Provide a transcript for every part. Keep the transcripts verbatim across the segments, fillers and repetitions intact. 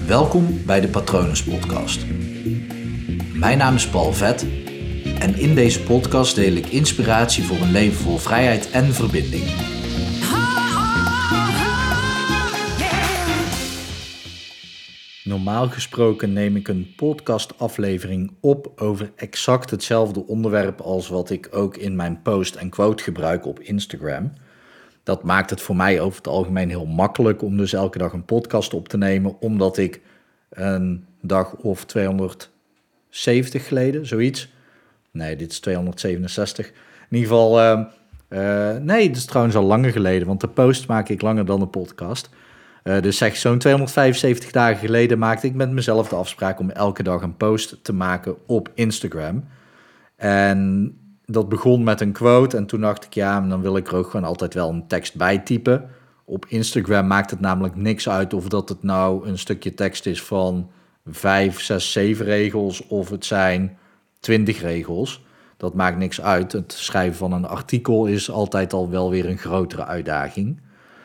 Welkom bij de Patronus Podcast. Mijn naam is Paul Vet en in deze podcast deel ik inspiratie voor een leven vol vrijheid en verbinding. Normaal gesproken neem ik een podcastaflevering op over exact hetzelfde onderwerp als wat ik ook in mijn post en quote gebruik op Instagram. Dat maakt het voor mij over het algemeen heel makkelijk om dus elke dag een podcast op te nemen, omdat ik een dag of tweehonderdzeventig geleden, zoiets. Nee, dit is tweehonderdzevenenzestig. In ieder geval, uh, uh, nee, dit is trouwens al langer geleden, want de post maak ik langer dan de podcast. Uh, dus zeg, zo'n tweehonderdvijfenzeventig dagen geleden maakte ik met mezelf de afspraak om elke dag een post te maken op Instagram. En dat begon met een quote en toen dacht ik, ja, dan wil ik er ook gewoon altijd wel een tekst bij typen. Op Instagram maakt het namelijk niks uit of dat het nou een stukje tekst is van vijf, zes, zeven regels of het zijn twintig regels. Dat maakt niks uit. Het schrijven van een artikel is altijd al wel weer een grotere uitdaging.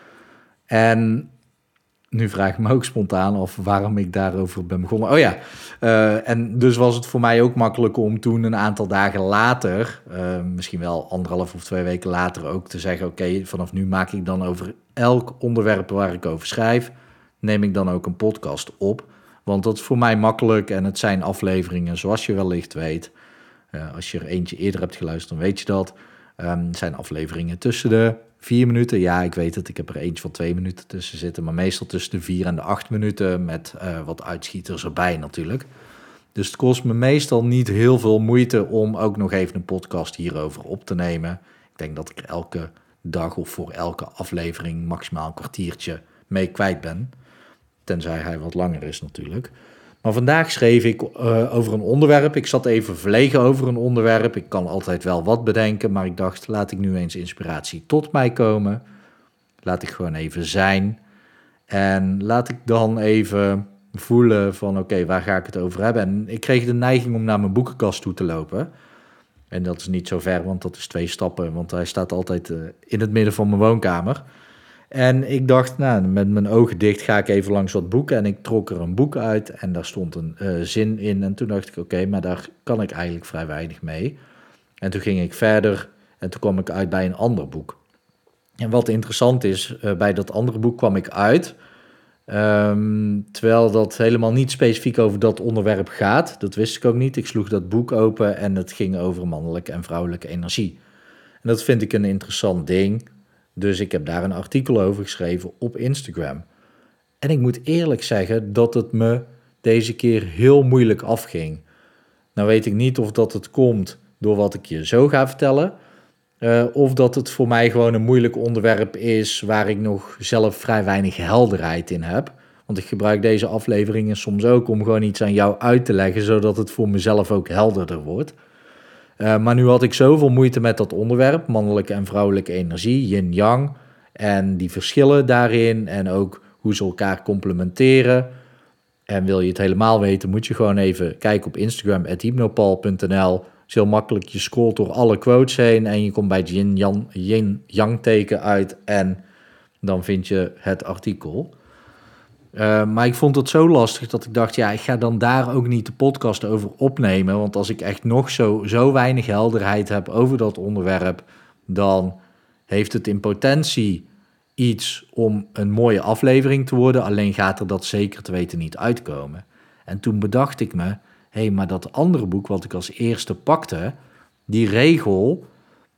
En nu vraag ik me ook spontaan af waarom ik daarover ben begonnen. Oh ja, uh, en dus was het voor mij ook makkelijk om toen een aantal dagen later, uh, misschien wel anderhalf of twee weken later ook te zeggen, oké, okay, vanaf nu maak ik dan over elk onderwerp waar ik over schrijf, neem ik dan ook een podcast op. Want dat is voor mij makkelijk en het zijn afleveringen zoals je wellicht weet. Uh, als je er eentje eerder hebt geluisterd, dan weet je dat. Um, het zijn afleveringen tussen de vier minuten. Ja, ik weet het, ik heb er eentje van twee minuten tussen zitten, maar meestal tussen de vier en de acht minuten met uh, wat uitschieters erbij natuurlijk. Dus het kost me meestal niet heel veel moeite om ook nog even een podcast hierover op te nemen. Ik denk dat ik er elke dag of voor elke aflevering maximaal een kwartiertje mee kwijt ben. Tenzij hij wat langer is natuurlijk. Maar vandaag schreef ik uh, over een onderwerp. Ik zat even verlegen over een onderwerp. Ik kan altijd wel wat bedenken, maar ik dacht, laat ik nu eens inspiratie tot mij komen. Laat ik gewoon even zijn. En laat ik dan even voelen van, oké, okay, waar ga ik het over hebben? En ik kreeg de neiging om naar mijn boekenkast toe te lopen. En dat is niet zo ver, want dat is twee stappen. Want hij staat altijd uh, in het midden van mijn woonkamer. En ik dacht, nou, met mijn ogen dicht ga ik even langs wat boeken. En ik trok er een boek uit en daar stond een uh, zin in. En toen dacht ik, oké, okay, maar daar kan ik eigenlijk vrij weinig mee. En toen ging ik verder en toen kwam ik uit bij een ander boek. En wat interessant is, uh, bij dat andere boek kwam ik uit, Um, terwijl dat helemaal niet specifiek over dat onderwerp gaat. Dat wist ik ook niet. Ik sloeg dat boek open en het ging over mannelijke en vrouwelijke energie. En dat vind ik een interessant ding. Dus ik heb daar een artikel over geschreven op Instagram. En ik moet eerlijk zeggen dat het me deze keer heel moeilijk afging. Nou weet ik niet of dat het komt door wat ik je zo ga vertellen, Uh, of dat het voor mij gewoon een moeilijk onderwerp is waar ik nog zelf vrij weinig helderheid in heb. Want ik gebruik deze afleveringen soms ook om gewoon iets aan jou uit te leggen, zodat het voor mezelf ook helderder wordt. Uh, maar nu had ik zoveel moeite met dat onderwerp, mannelijke en vrouwelijke energie, yin-yang, en die verschillen daarin en ook hoe ze elkaar complementeren. En wil je het helemaal weten, moet je gewoon even kijken op Instagram, at hypnopal punt n l. Het is heel makkelijk, je scrolt door alle quotes heen en je komt bij het yin-yang, yin-yang teken uit en dan vind je het artikel. Uh, maar ik vond het zo lastig dat ik dacht, ja, ik ga dan daar ook niet de podcast over opnemen. Want als ik echt nog zo, zo weinig helderheid heb over dat onderwerp, dan heeft het in potentie iets om een mooie aflevering te worden. Alleen gaat er dat zeker te weten niet uitkomen. En toen bedacht ik me, hé, hey, maar dat andere boek wat ik als eerste pakte, die regel,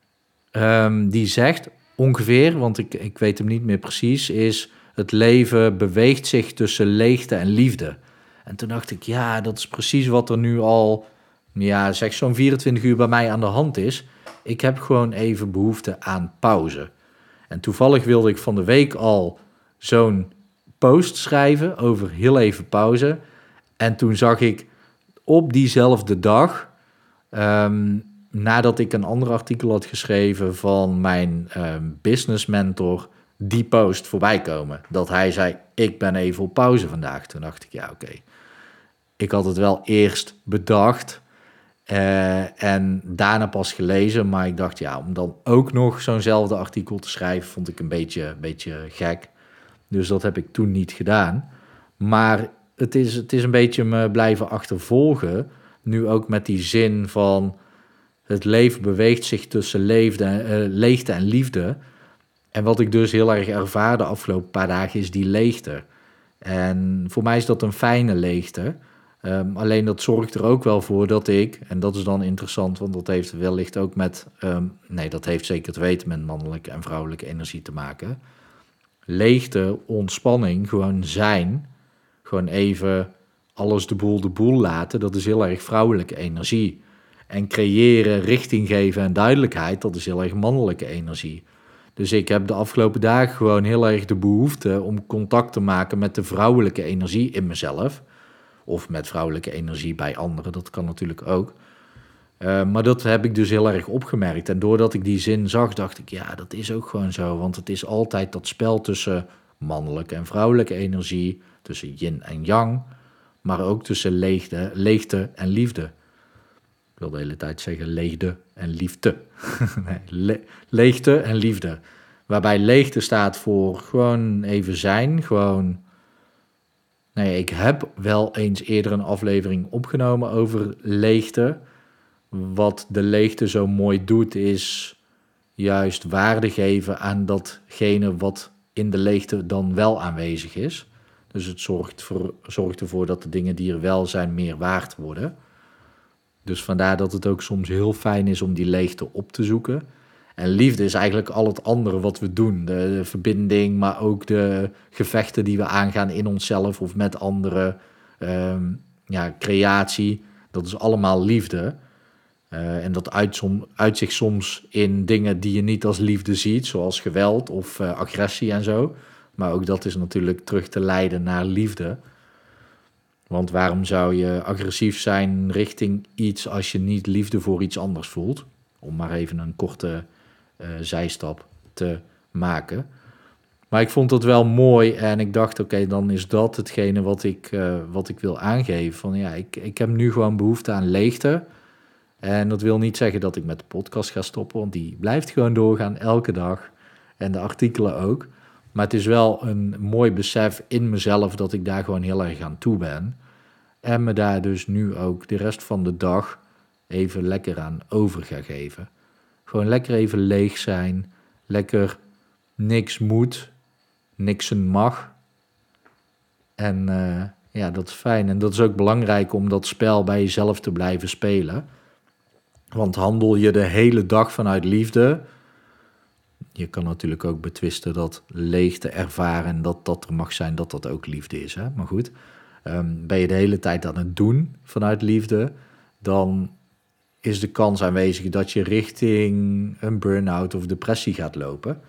um, die zegt ongeveer, want ik, ik weet hem niet meer precies, is het leven beweegt zich tussen leegte en liefde. En toen dacht ik, ja, dat is precies wat er nu al, ja, zeg zo'n vierentwintig uur bij mij aan de hand is. Ik heb gewoon even behoefte aan pauze. En toevallig wilde ik van de week al zo'n post schrijven over heel even pauze. En toen zag ik op diezelfde dag, um, nadat ik een ander artikel had geschreven van mijn um, business mentor, die post voorbij komen. Dat hij zei, ik ben even op pauze vandaag. Toen dacht ik, ja oké. Okay. Ik had het wel eerst bedacht uh, en daarna pas gelezen. Maar ik dacht, ja, om dan ook nog zo'nzelfde artikel te schrijven, vond ik een beetje, beetje gek. Dus dat heb ik toen niet gedaan. Maar het is, het is een beetje me blijven achtervolgen. Nu ook met die zin van het leven beweegt zich tussen leefde, uh, leegte en liefde. En wat ik dus heel erg ervaar de afgelopen paar dagen is die leegte. En voor mij is dat een fijne leegte. Um, alleen dat zorgt er ook wel voor dat ik, en dat is dan interessant, want dat heeft wellicht ook met, um, nee, dat heeft zeker te weten met mannelijke en vrouwelijke energie te maken. Leegte, ontspanning, gewoon zijn, gewoon even alles de boel de boel laten, dat is heel erg vrouwelijke energie. En creëren, richting geven en duidelijkheid, dat is heel erg mannelijke energie. Dus ik heb de afgelopen dagen gewoon heel erg de behoefte om contact te maken met de vrouwelijke energie in mezelf. Of met vrouwelijke energie bij anderen, dat kan natuurlijk ook. Uh, maar dat heb ik dus heel erg opgemerkt. En doordat ik die zin zag, dacht ik, ja, dat is ook gewoon zo. Want het is altijd dat spel tussen mannelijke en vrouwelijke energie, tussen yin en yang, maar ook tussen leegte, leegte en liefde. Ik wil de hele tijd zeggen leegte en liefde. nee, le- leegte en liefde. Waarbij leegte staat voor gewoon even zijn, gewoon... Nee, ik heb wel eens eerder een aflevering opgenomen over leegte. Wat de leegte zo mooi doet, is juist waarde geven aan datgene wat in de leegte dan wel aanwezig is. Dus het zorgt, voor, zorgt ervoor dat de dingen die er wel zijn meer waard worden. Dus vandaar dat het ook soms heel fijn is om die leegte op te zoeken. En liefde is eigenlijk al het andere wat we doen. De, de verbinding, maar ook de gevechten die we aangaan in onszelf of met anderen. Um, ja, creatie, dat is allemaal liefde. Uh, en dat uit, som, uit zich soms in dingen die je niet als liefde ziet, zoals geweld of uh, agressie en zo. Maar ook dat is natuurlijk terug te leiden naar liefde. Want waarom zou je agressief zijn richting iets als je niet liefde voor iets anders voelt? Om maar even een korte uh, zijstap te maken. Maar ik vond het wel mooi en ik dacht, oké, okay, dan is dat hetgene wat ik, uh, wat ik wil aangeven. Van ja, ik, ik heb nu gewoon behoefte aan leegte. En dat wil niet zeggen dat ik met de podcast ga stoppen, want die blijft gewoon doorgaan elke dag. En de artikelen ook. Maar het is wel een mooi besef in mezelf dat ik daar gewoon heel erg aan toe ben. En me daar dus nu ook de rest van de dag even lekker aan over ga geven. Gewoon lekker even leeg zijn. Lekker niks moet. Niksen mag. En uh, ja, dat is fijn. En dat is ook belangrijk om dat spel bij jezelf te blijven spelen. Want handel je de hele dag vanuit liefde... Je kan natuurlijk ook betwisten dat leegte ervaren en dat dat er mag zijn, dat dat ook liefde is. Hè? Maar goed, um, ben je de hele tijd aan het doen vanuit liefde, dan is de kans aanwezig dat je richting een burn-out of depressie gaat lopen.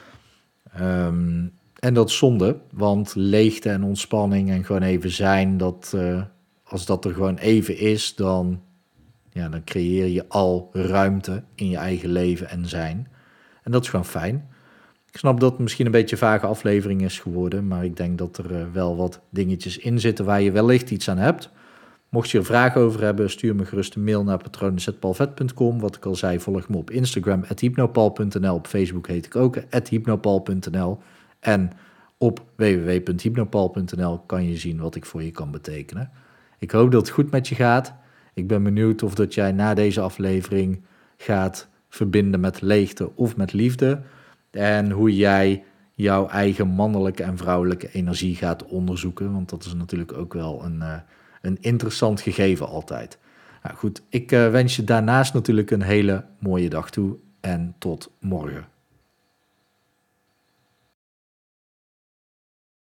Um, en dat is zonde, want leegte en ontspanning en gewoon even zijn, dat, uh, als dat er gewoon even is, dan, ja, dan creëer je al ruimte in je eigen leven en zijn. En dat is gewoon fijn. Ik snap dat het misschien een beetje een vage aflevering is geworden, maar ik denk dat er uh, wel wat dingetjes in zitten waar je wellicht iets aan hebt. Mocht je er vragen over hebben, stuur me gerust een mail naar patronen apenstaartje paul vet punt com. Wat ik al zei, volg me op Instagram, at hypnopal punt n l. Op Facebook heet ik ook, at hypnopal punt n l. En op w w w punt hypnopal punt n l kan je zien wat ik voor je kan betekenen. Ik hoop dat het goed met je gaat. Ik ben benieuwd of dat jij na deze aflevering gaat verbinden met leegte of met liefde. En hoe jij jouw eigen mannelijke en vrouwelijke energie gaat onderzoeken. Want dat is natuurlijk ook wel een, uh, een interessant gegeven altijd. Nou goed, ik uh, wens je daarnaast natuurlijk een hele mooie dag toe. En tot morgen.